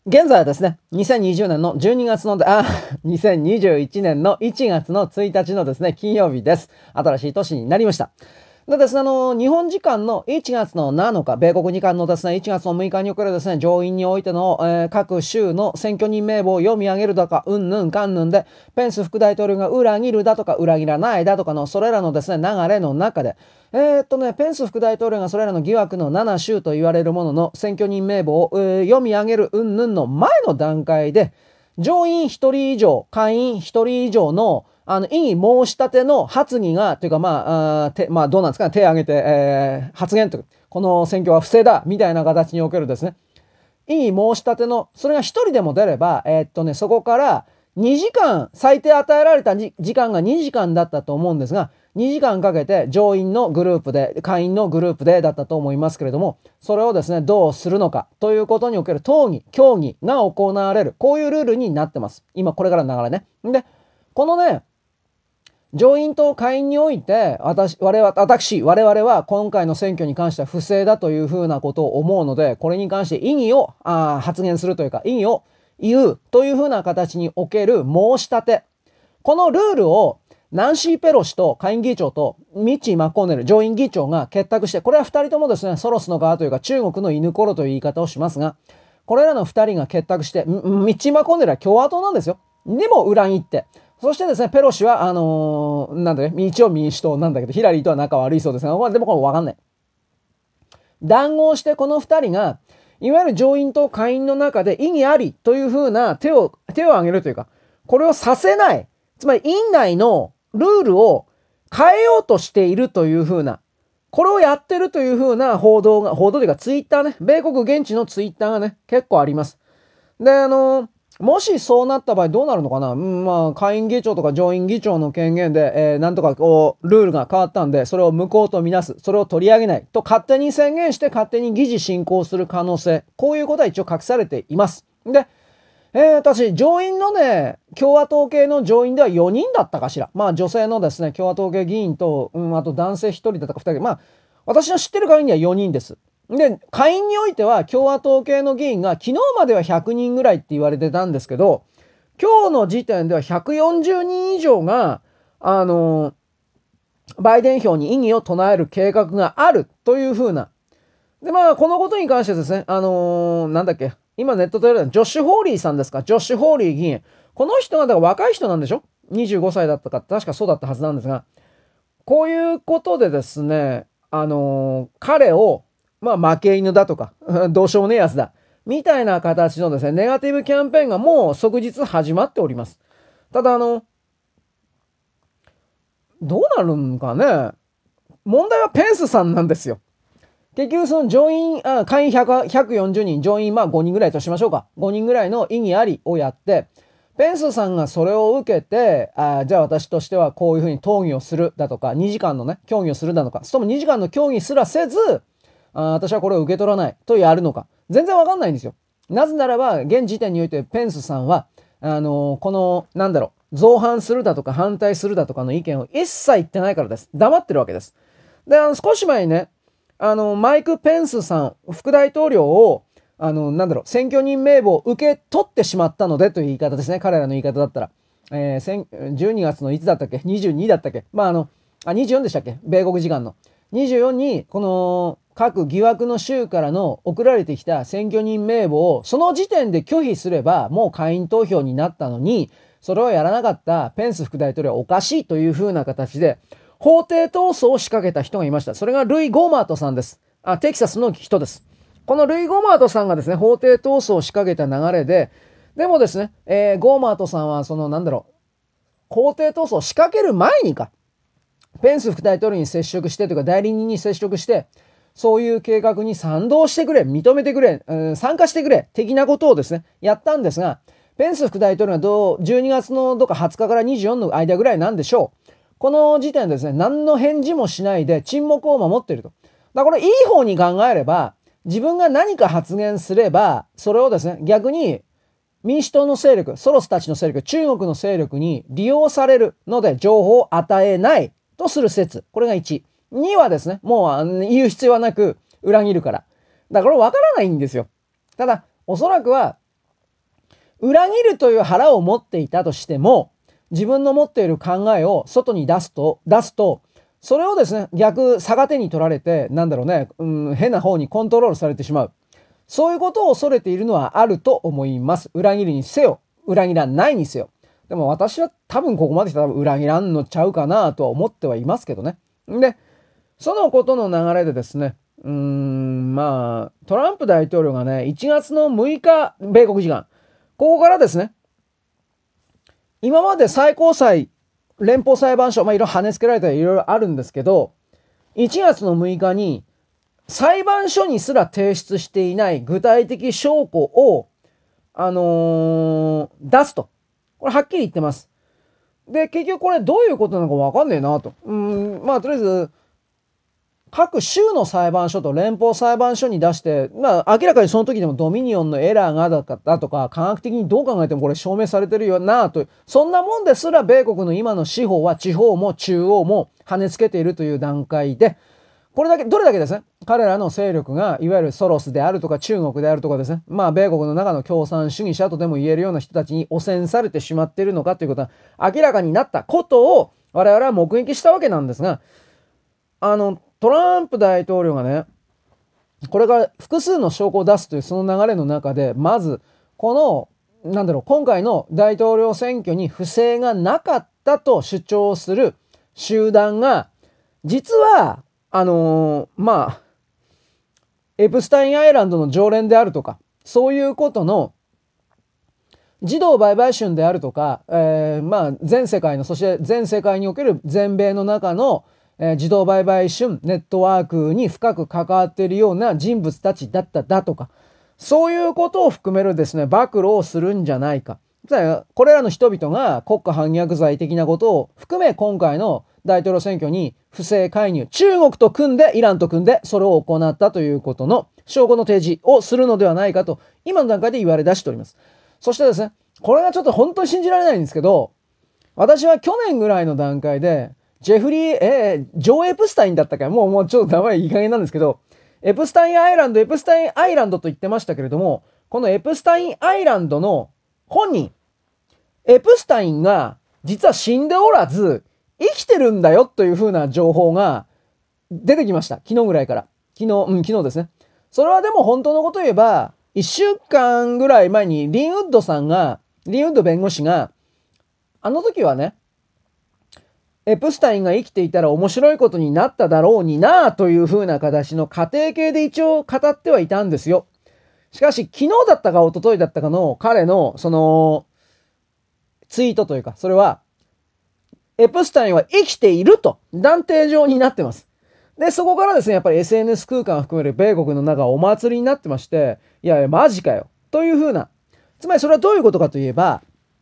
現在はですね、2020年の12月の、2021年の1月の1日のですね、金曜日です。新しい年になりました。でですね、日本時間の1月の7日、米国時間のですね、1月の6日におけるですね、上院においての、各州の選挙人名簿を読み上げるだとか、うんぬんかんぬんで、ペンス副大統領が裏切るだとか、裏切らないだとかの、それらのですね、流れの中で、ペンス副大統領がそれらの疑惑の7州と言われるものの選挙人名簿を、読み上げるうんぬんの前の段階で、上院1人以上、下院1人以上の異議申し立ての発議が、というかどうなんですかね、手を挙げて、発言という、この選挙は不正だ、みたいな形におけるですね、異議申し立ての、それが一人でも出れば、そこから2時間、最低与えられた時間が2時間だったと思うんですが、2時間かけて上院のグループで、下院のグループでだったと思いますけれども、それをですね、どうするのかということにおける討議、協議が行われる、こういうルールになってます。今、これからの流れね。で、このね、上院と下院において、我々は今回の選挙に関しては不正だというふうなことを思うので、これに関して異議を発言するというか、異議を言うというふうな形における申し立て。このルールをナンシー・ペロシと下院議長とミッチー・マコーネル上院議長が結託して、これは二人ともですね、ソロスの側というか中国の犬ころという言い方をしますが、これらの二人が結託して、ミッチー・マコーネルは共和党なんですよ。でも裏切って、そしてですね、ペロシは、なんだね、一応民主党なんだけど、ヒラリーとは仲悪いそうですが、でもこれわかんない。談合してこの二人が、いわゆる上院と下院の中で異議ありというふうな手を挙げるというか、これをさせない。つまり院内のルールを変えようとしているというふうな、これをやってるというふうな報道というかツイッターね、米国現地のツイッターがね、結構あります。で、もしそうなった場合どうなるのかな、下院議長とか上院議長の権限で、なんとかこう、ルールが変わったんで、それを無効とみなす、それを取り上げないと勝手に宣言して勝手に議事進行する可能性、こういうことは一応隠されています。で、私、上院のね、共和党系の上院では4人だったかしら。女性のですね、共和党系議員と、あと男性1人だったか2人。私の知ってる限りには4人です。で、下院においては共和党系の議員が昨日までは100人ぐらいって言われてたんですけど、今日の時点では140人以上が、バイデン票に異議を唱える計画があるというふうな。で、このことに関してですね、なんだっけ、今ネットで言われるジョッシュ・ホーリーさんですか、ジョッシュ・ホーリー議員。この人が、だから若い人なんでしょ？ 25 歳だったか、確かそうだったはずなんですが、こういうことでですね、彼を、負け犬だとか、どうしようもねえやつだ、みたいな形のですね、ネガティブキャンペーンがもう即日始まっております。ただ、どうなるんかね、問題はペンスさんなんですよ。結局その上院、会員140人、上院5人ぐらいとしましょうか。5人ぐらいの異議ありをやって、ペンスさんがそれを受けて、じゃあ私としてはこういうふうに討議をするだとか、2時間のね、協議をするだとか、その2時間の協議すらせず、私はこれを受け取らないとやるのか。全然わかんないんですよ。なぜならば、現時点においてペンスさんは、この、造反するだとか反対するだとかの意見を一切言ってないからです。黙ってるわけです。で、少し前にね、マイク・ペンスさん、副大統領を、選挙人名簿を受け取ってしまったのでという言い方ですね。彼らの言い方だったら。12月のいつだったっけ ?22 だったっけ24でしたっけ米国時間の。24に、この、各疑惑の州からの送られてきた選挙人名簿を、その時点で拒否すれば、もう下院投票になったのに、それをやらなかったペンス副大統領はおかしいという風な形で、法廷闘争を仕掛けた人がいました。それがルイ・ゴーマートさんです。テキサスの人です。このルイ・ゴーマートさんがですね、法廷闘争を仕掛けた流れで、でもですね、ゴーマートさんは、法廷闘争を仕掛ける前にか、ペンス副大統領に接触してというか、代理人に接触して、そういう計画に賛同してくれ、認めてくれ、参加してくれ、的なことをですね、やったんですが、ペンス副大統領は12月のどっか20日から24の間ぐらいなんでしょう。この時点でですね、何の返事もしないで沈黙を守っていると。だからこれいい方に考えれば、自分が何か発言すれば、それをですね、逆に民主党の勢力、ソロスたちの勢力、中国の勢力に利用されるので情報を与えないとする説。これが1。2はですね、もう言う必要はなく裏切るから。だからこれわからないんですよ。ただ、おそらくは裏切るという腹を持っていたとしても、自分の持っている考えを外に出すと、それをですね、逆手に取られて、変な方にコントロールされてしまう。そういうことを恐れているのはあると思います。裏切るにせよ、裏切らないにせよ。でも私は多分ここまで来たら裏切らんのちゃうかなとは思ってはいますけどね。で、そのことの流れでですね、トランプ大統領がね、1月の6日、米国時間、ここからですね、今まで最高裁、連邦裁判所、いろいろ跳ねつけられたりいろいろあるんですけど、1月の6日に裁判所にすら提出していない具体的証拠を、出すと。これはっきり言ってます。で、結局これどういうことなのかわかんねえなと。とりあえず、各州の裁判所と連邦裁判所に出して、明らかにその時でもドミニオンのエラーがだとか、科学的にどう考えてもこれ証明されてるよなと、そんなもんですら米国の今の司法は地方も中央も跳ねつけているという段階で、どれだけですね、彼らの勢力が、いわゆるソロスであるとか中国であるとかですね、米国の中の共産主義者とでも言えるような人たちに汚染されてしまっているのかということは明らかになったことを我々は目撃したわけなんですが、トランプ大統領がね、これから複数の証拠を出すというその流れの中で、まず、この、今回の大統領選挙に不正がなかったと主張する集団が、実は、エプスタインアイランドの常連であるとか、そういうことの児童売買春であるとか、全世界の、そして全世界における全米の中の、児童売買春ネットワークに深く関わっているような人物たちだとか、そういうことを含めるですね、暴露をするんじゃないか。これらの人々が国家反逆罪的なことを含め今回の大統領選挙に不正介入、中国と組んで、イランと組んで、それを行ったということの証拠の提示をするのではないかと、今の段階で言われ出しております。そしてですね、これがちょっと本当に信じられないんですけど、私は去年ぐらいの段階で、ジョー・エプスタインだったかもうちょっと名前いい加減なんですけど、エプスタインアイランドと言ってましたけれども、このエプスタインアイランドの本人、エプスタインが実は死んでおらず、生きてるんだよという風な情報が出てきました。昨日ぐらいから。昨日ですね。それはでも本当のこと言えば、1週間ぐらい前にリンウッド弁護士が、あの時はね、エプスタインが生きていたら面白いことになっただろうになという風な形の家庭系で一応語ってはいたんですよ。しかし、昨日だったか一昨日だったかの彼のそのツイートというか、それは、エプスタインは生きていると断定上になってます。で、そこからですね、やっぱり SNS 空間を含める米国の中はお祭りになってまして、いやいや、マジかよ。という風な。つまりそれはどういうことかといえば、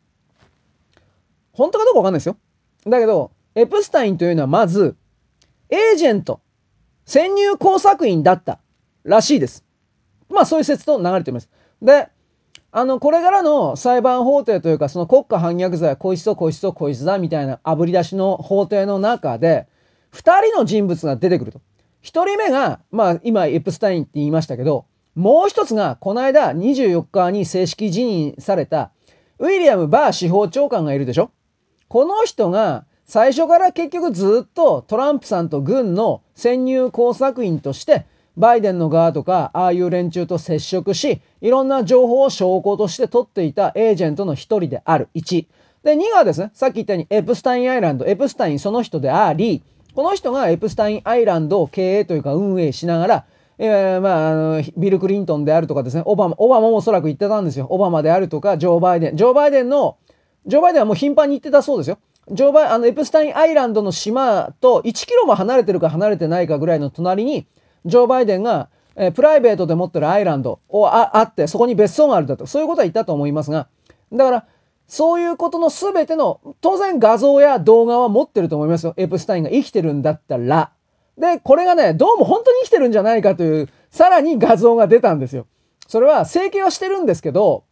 本当かどうかわかんないですよ。だけど、エプスタインというのはまず、エージェント、潜入工作員だったらしいです。そういう説と流れています。で、これからの裁判法廷というか、その国家反逆罪はこいつとこいつとこいつだみたいな炙り出しの法廷の中で、二人の人物が出てくると。一人目が、今、エプスタインって言いましたけど、もう一つが、この間24日に正式辞任された、ウィリアム・バー司法長官がいるでしょ。この人が、最初から結局ずっとトランプさんと軍の潜入工作員として、バイデンの側とか、ああいう連中と接触し、いろんな情報を証拠として取っていたエージェントの一人である。1。で、2がですね、さっき言ったようにエプスタインアイランド、エプスタインその人であり、この人がエプスタインアイランドを経営というか運営しながら、ビル・クリントンであるとかですね、オバマもおそらく言ってたんですよ。オバマであるとか、ジョー・バイデンはもう頻繁に言ってたそうですよ。エプスタインアイランドの島と1キロも離れてるか離れてないかぐらいの隣に、ジョー・バイデンが、プライベートで持ってるアイランドをあって、そこに別荘があるだと。そういうことは言ったと思いますが、だから、そういうことのすべての、当然画像や動画は持ってると思いますよ。エプスタインが生きてるんだったら。で、これがね、どうも本当に生きてるんじゃないかという、さらに画像が出たんですよ。それは整形はしてるんですけど、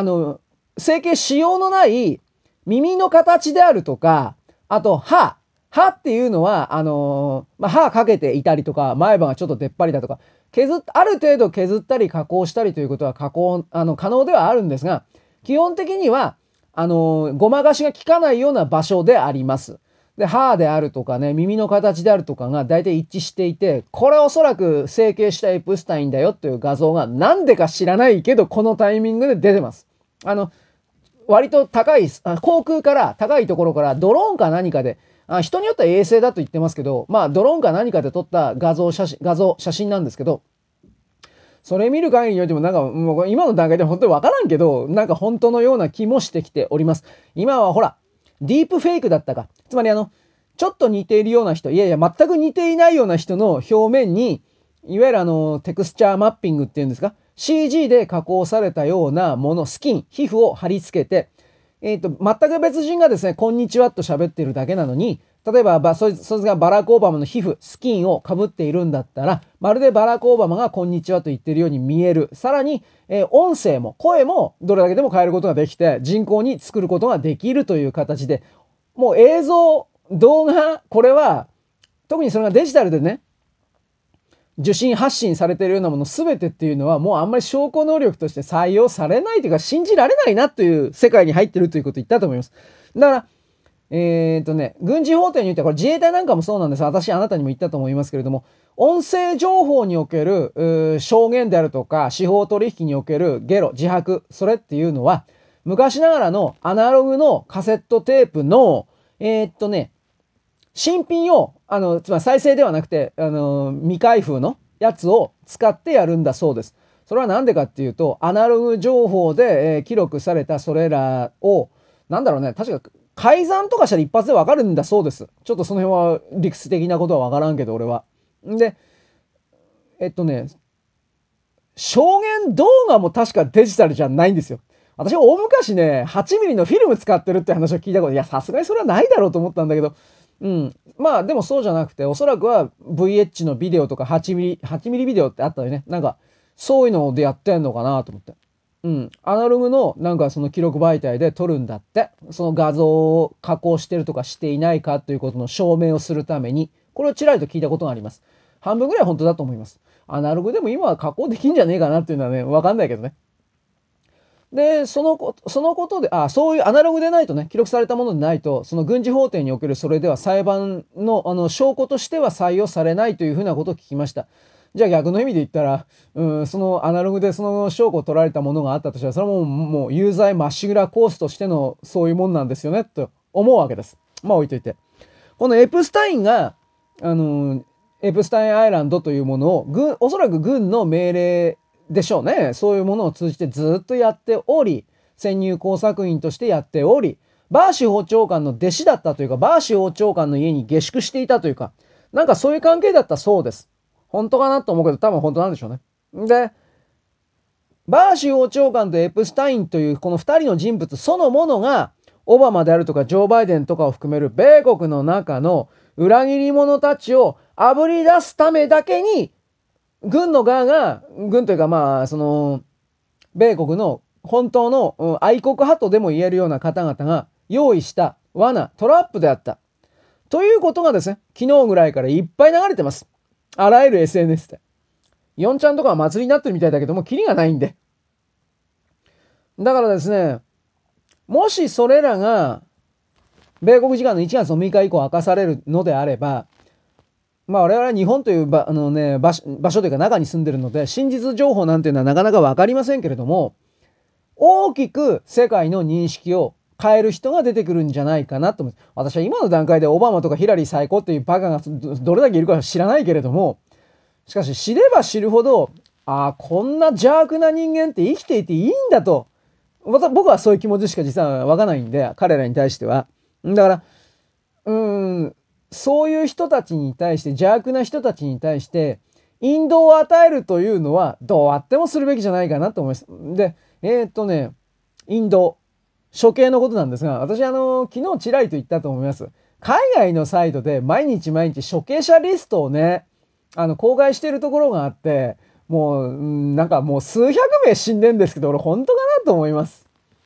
整形しようのない耳の形であるとか、あと歯、 歯っていうのは、歯かけていたりとか、前歯がちょっと出っ張りだとか、ある程度削ったり加工したりということは可能ではあるんですが、基本的には、ごまかしが効かないような場所であります。で、歯であるとかね、耳の形であるとかが大体一致していて、これおそらく整形したエプスタインだよという画像がなんでか知らないけど、このタイミングで出てます。割と高い、航空から高いところからドローンか何かで、人によっては衛星だと言ってますけど、まあドローンか何かで撮った写真なんですけど、それ見る限りにおいてもなんかもう今の段階で本当にわからんけど、なんか本当のような気もしてきております。今はほら、ディープフェイクだったか。つまりちょっと似ているような人、いやいや全く似ていないような人の表面に、いわゆるテクスチャーマッピングっていうんですか、CG で加工されたようなもの、スキン、皮膚を貼り付けて、全く別人がですね、こんにちはと喋ってるだけなのに、例えば、そいつがバラク・オバマの皮膚、スキンを被っているんだったら、まるでバラク・オバマがこんにちはと言っているように見える。さらに、音声も、声もどれだけでも変えることができて、人工に作ることができるという形で、もう映像、動画、これは、特にそれがデジタルでね、受信発信されているようなもの全てっていうのはもうあんまり証拠能力として採用されないというか信じられないなという世界に入ってるということを言ったと思います。だから、軍事法廷においてはこれ自衛隊なんかもそうなんです。私あなたにも言ったと思いますけれども、音声情報における証言であるとか司法取引におけるゲロ、自白、それっていうのは昔ながらのアナログのカセットテープの新品を、つまり再生ではなくて、未開封のやつを使ってやるんだそうです。それはなんでかっていうと、アナログ情報で、記録されたそれらを、なんだろうね、確か改ざんとかしたら一発でわかるんだそうです。ちょっとその辺は理屈的なことはわからんけど、俺は。で、えっとね、証言動画も確かデジタルじゃないんですよ。私大昔ね、8ミリのフィルム使ってるって話を聞いたこと、いや、さすがにそれはないだろうと思ったんだけど、うん。まあでもそうじゃなくて、おそらくは VH のビデオとか8ミリビデオってあったよね。なんか、そういうのでやってんのかなと思って。うん。アナログのなんかその記録媒体で撮るんだって。その画像を加工してるとかしていないかということの証明をするために、これをちらりと聞いたことがあります。半分ぐらい本当だと思います。アナログでも今は加工できんじゃねえかなっていうのはね、わかんないけどね。で、そのことで、そういうアナログでないとね、記録されたものでないと、その軍事法廷におけるそれでは裁判の、証拠としては採用されないというふうなことを聞きました。じゃあ逆の意味で言ったら、そのアナログでその証拠を取られたものがあったとしたら、それはもう有罪まっしぐらコースとしてのそういうもんなんですよね、と思うわけです。まあ置いといて。このエプスタインが、あの、エプスタインアイランドというものを、おそらく軍の命令でしょうね。そういうものを通じてずっとやっており、潜入工作員としてやっており、バー司法長官の弟子だったというか、バー司法長官の家に下宿していたというか、なんかそういう関係だったそうです。本当かなと思うけど、多分本当なんでしょうね。で、バー司法長官とエプスタインというこの二人の人物そのものが、オバマであるとかジョー・バイデンとかを含める米国の中の裏切り者たちをあぶり出すためだけに、軍の側が、軍というかまあ、米国の本当の愛国派とでも言えるような方々が用意した罠、トラップであった。ということがですね、昨日ぐらいからいっぱい流れてます。あらゆる SNS で。4ちゃんとかは祭りになってるみたいだけども、キリがないんで。だからですね、もしそれらが、米国時間の1月の6日以降明かされるのであれば、まあ我々は日本という場所というか中に住んでるので、真実情報なんていうのはなかなかわかりませんけれども、大きく世界の認識を変える人が出てくるんじゃないかなと思う。私は今の段階でオバマとかヒラリー最高っていうバカがどれだけいるかは知らないけれども、しかし知れば知るほど、こんな邪悪な人間って生きていていいんだと、僕はそういう気持ちしか実はわかないんで、彼らに対しては。だから、うーん、そういう人たちに対して、邪悪な人たちに対して、引導を与えるというのは、どうあってもするべきじゃないかなと思います。で、引導。処刑のことなんですが、私昨日ちらりと言ったと思います。海外のサイトで毎日毎日処刑者リストをね、公開しているところがあって、もう、なんかもう数百名死んでんですけど、俺本当かなと思います。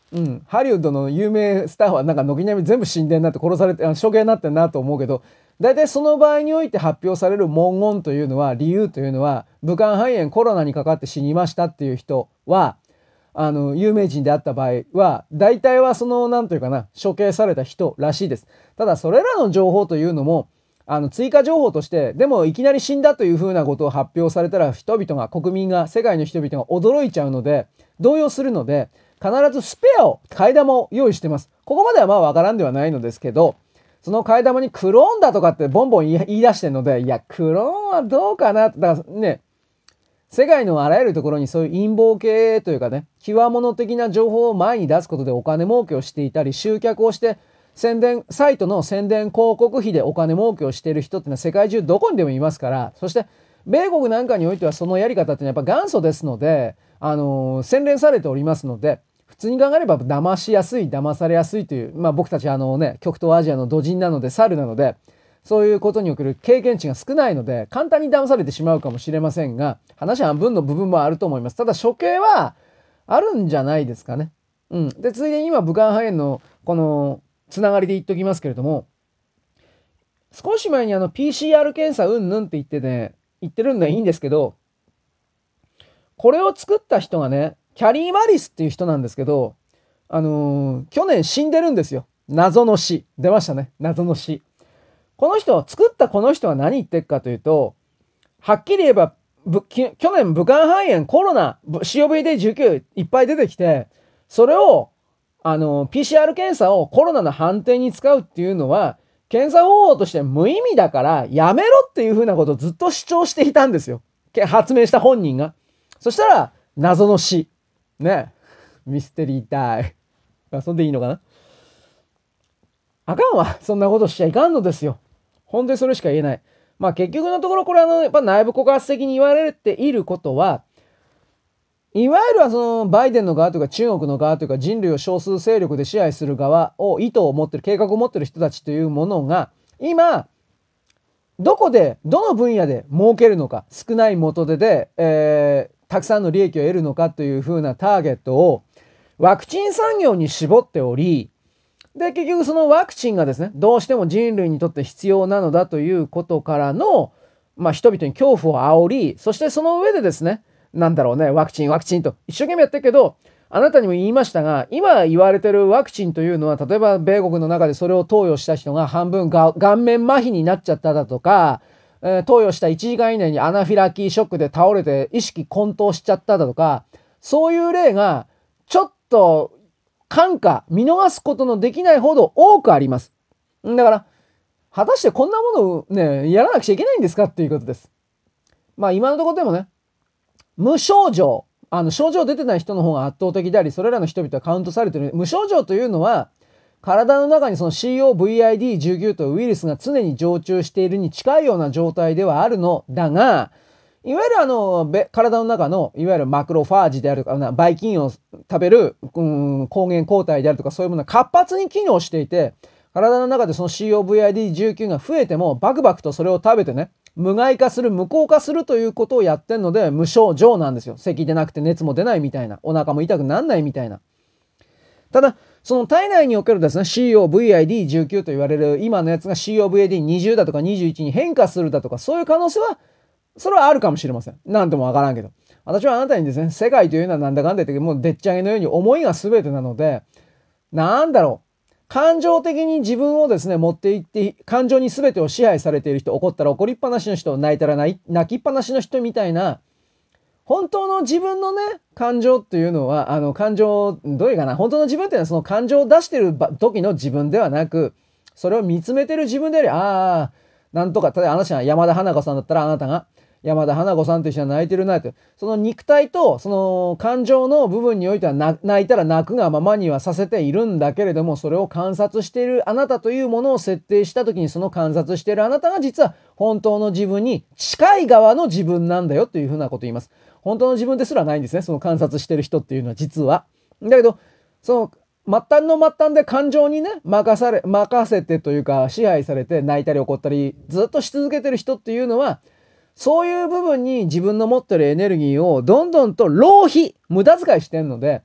ハリウッドの有名スターはなんか軒並み全部死んでんなって殺されて、処刑になってんなと思うけど、大体その場合において発表される文言というのは、理由というのは、武漢肺炎コロナにかかって死にましたっていう人は、有名人であった場合は、大体はその、なんというかな、処刑された人らしいです。ただ、それらの情報というのも、追加情報として、でもいきなり死んだというふうなことを発表されたら、人々が、国民が、世界の人々が驚いちゃうので、動揺するので、必ずスペアを、替え玉を用意してます。ここまではまあわからんではないのですけど、その替え玉にクローンだとかってボンボン言い出してるので、いや、クローンはどうかな。だからね、世界のあらゆるところにそういう陰謀系というかね、極物的な情報を前に出すことでお金儲けをしていたり、集客をして、サイトの宣伝広告費でお金儲けをしている人ってのは世界中どこにでもいますから、そして、米国なんかにおいてはそのやり方っていうのはやっぱ元祖ですので、洗練されておりますので、普通に考えれば騙しやすい、騙されやすいという、まあ僕たち極東アジアの土人なので、猿なので、そういうことにおける経験値が少ないので、簡単に騙されてしまうかもしれませんが、話半分の部分もあると思います。ただ処刑はあるんじゃないですかね。で、ついでに今、武漢肺炎のこのつながりで言っときますけれども、少し前にPCR 検査うんぬんって言ってね、言ってるんでいいんですけど、これを作った人がね、キャリー・マリスっていう人なんですけど、去年死んでるんですよ。謎の死。出ましたね。謎の死。この人、作ったこの人は何言ってるかというと、はっきり言えば、去年武漢肺炎、コロナ、COVID-19 いっぱい出てきて、それを、PCR 検査をコロナの判定に使うっていうのは、検査方法として無意味だからやめろっていうふうなことをずっと主張していたんですよ。発明した本人が。そしたら、謎の死。ね。ミステリータイム。そんでいいのかな。あかんわ。そんなことしちゃいかんのですよ。本当にそれしか言えない。まあ結局のところこれやっぱ内部告発的に言われていることは、いわゆるはそのバイデンの側というか中国の側というか人類を少数勢力で支配する側を意図を持ってる、計画を持ってる人たちというものが、今、どこで、どの分野で儲けるのか、少ない元手で、たくさんの利益を得るのかというふうなターゲットをワクチン産業に絞っており、で、結局そのワクチンがですね、どうしても人類にとって必要なのだということからの、まあ人々に恐怖を煽り、そしてその上でですね、なんだろうね、ワクチン、ワクチンと一生懸命やってるけど、あなたにも言いましたが、今言われてるワクチンというのは、例えば米国の中でそれを投与した人が半分顔面麻痺になっちゃっただとか、投与した1時間以内にアナフィラキーショックで倒れて意識混沌しちゃっただとか、そういう例がちょっと看過、見逃すことのできないほど多くあります。だから、果たしてこんなものをね、やらなくちゃいけないんですかっていうことです。まあ今のところでもね、無症状、症状出てない人の方が圧倒的であり、それらの人々はカウントされている。無症状というのは、体の中にその COVID-19 というウイルスが常に常駐しているに近いような状態ではあるのだが、いわゆる体の中の、いわゆるマクロファージであるとか、ばい菌を食べる、抗原抗体であるとか、そういうものが活発に機能していて、体の中でその COVID-19 が増えても、バクバクとそれを食べてね、無害化する、無効化するということをやってんので、無症状なんですよ。咳出なくて熱も出ないみたいな。お腹も痛くなんないみたいな。ただ、その体内におけるですね、COVID-19 と言われる今のやつが COVID-20 だとか21に変化するだとか、そういう可能性はそれはあるかもしれません。なんともわからんけど。私はあなたにですね、世界というのはなんだかんだ言って、もうでっち上げのように思いが全てなので、なんだろう。感情的に自分をですね、持っていって、感情に全てを支配されている人、怒ったら怒りっぱなしの人、泣いたら泣きっぱなしの人みたいな、本当の自分のね、感情っていうのは、感情、どういうかな、本当の自分っていうのはその感情を出してる時の自分ではなく、それを見つめてる自分であり、ああ、なんとか、例えばあなたが山田花子さんだったらあなたが、山田花子さんと一緒に泣いてるなって、その肉体とその感情の部分においては泣いたら泣くがままにはさせているんだけれども、それを観察しているあなたというものを設定した時にその観察しているあなたが実は本当の自分に近い側の自分なんだよというふうなことを言います。本当の自分ですらないんですね。その観察してる人っていうのは実は。だけど、その末端の末端で感情にね、任せてというか支配されて泣いたり怒ったりずっとし続けてる人っていうのは、そういう部分に自分の持ってるエネルギーをどんどんと浪費、無駄遣いしてんので、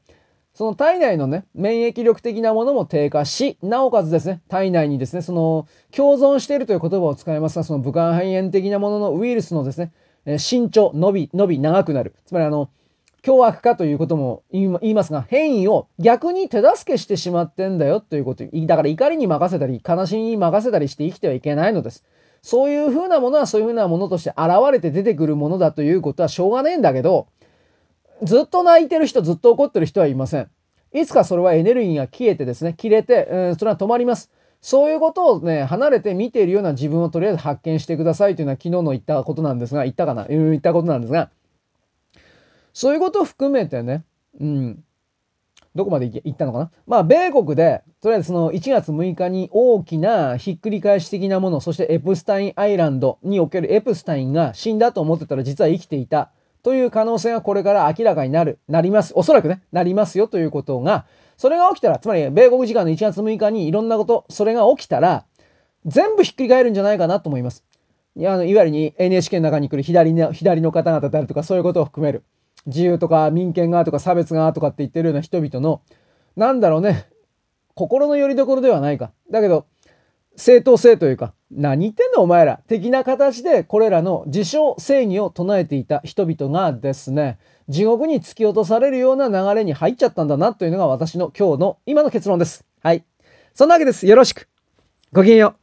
その体内のね、免疫力的なものも低下し、なおかつですね、体内にですね、その共存しているという言葉を使いますが、その武漢肺炎的なもののウイルスのですね、伸長、伸び長くなる。つまり凶悪化ということも言いますが、変異を逆に手助けしてしまってんだよということ。だから怒りに任せたり、悲しみに任せたりして生きてはいけないのです。そういうふうなものはそういうふうなものとして現れて出てくるものだということはしょうがねえんだけど、ずっと泣いてる人、ずっと怒ってる人はいません。いつかそれはエネルギーが消えてですね、切れて、それは止まります。そういうことをね、離れて見ているような自分をとりあえず発見してくださいというのは昨日の言ったことなんですが、言ったかな言ったことなんですが、そういうことを含めてね、どこまで行ったのかな。まあ、米国で、とりあえずその1月6日に大きなひっくり返し的なもの、そしてエプスタインアイランドにおけるエプスタインが死んだと思ってたら実は生きていたという可能性がこれから明らかになります。おそらくね、なりますよということが、それが起きたら、つまり米国時間の1月6日にいろんなこと、それが起きたら、全部ひっくり返るんじゃないかなと思います。いわゆるに NHK の中に来る左の方々であるとかそういうことを含める。自由とか民権がとか差別がとかって言ってるような人々の、なんだろうね、心の拠り所ではないか。だけど、正当性というか、何言ってんのお前ら的な形でこれらの自称正義を唱えていた人々がですね、地獄に突き落とされるような流れに入っちゃったんだなというのが私の今日の今の結論です。はい。そんなわけです。よろしく。ごきげんよう。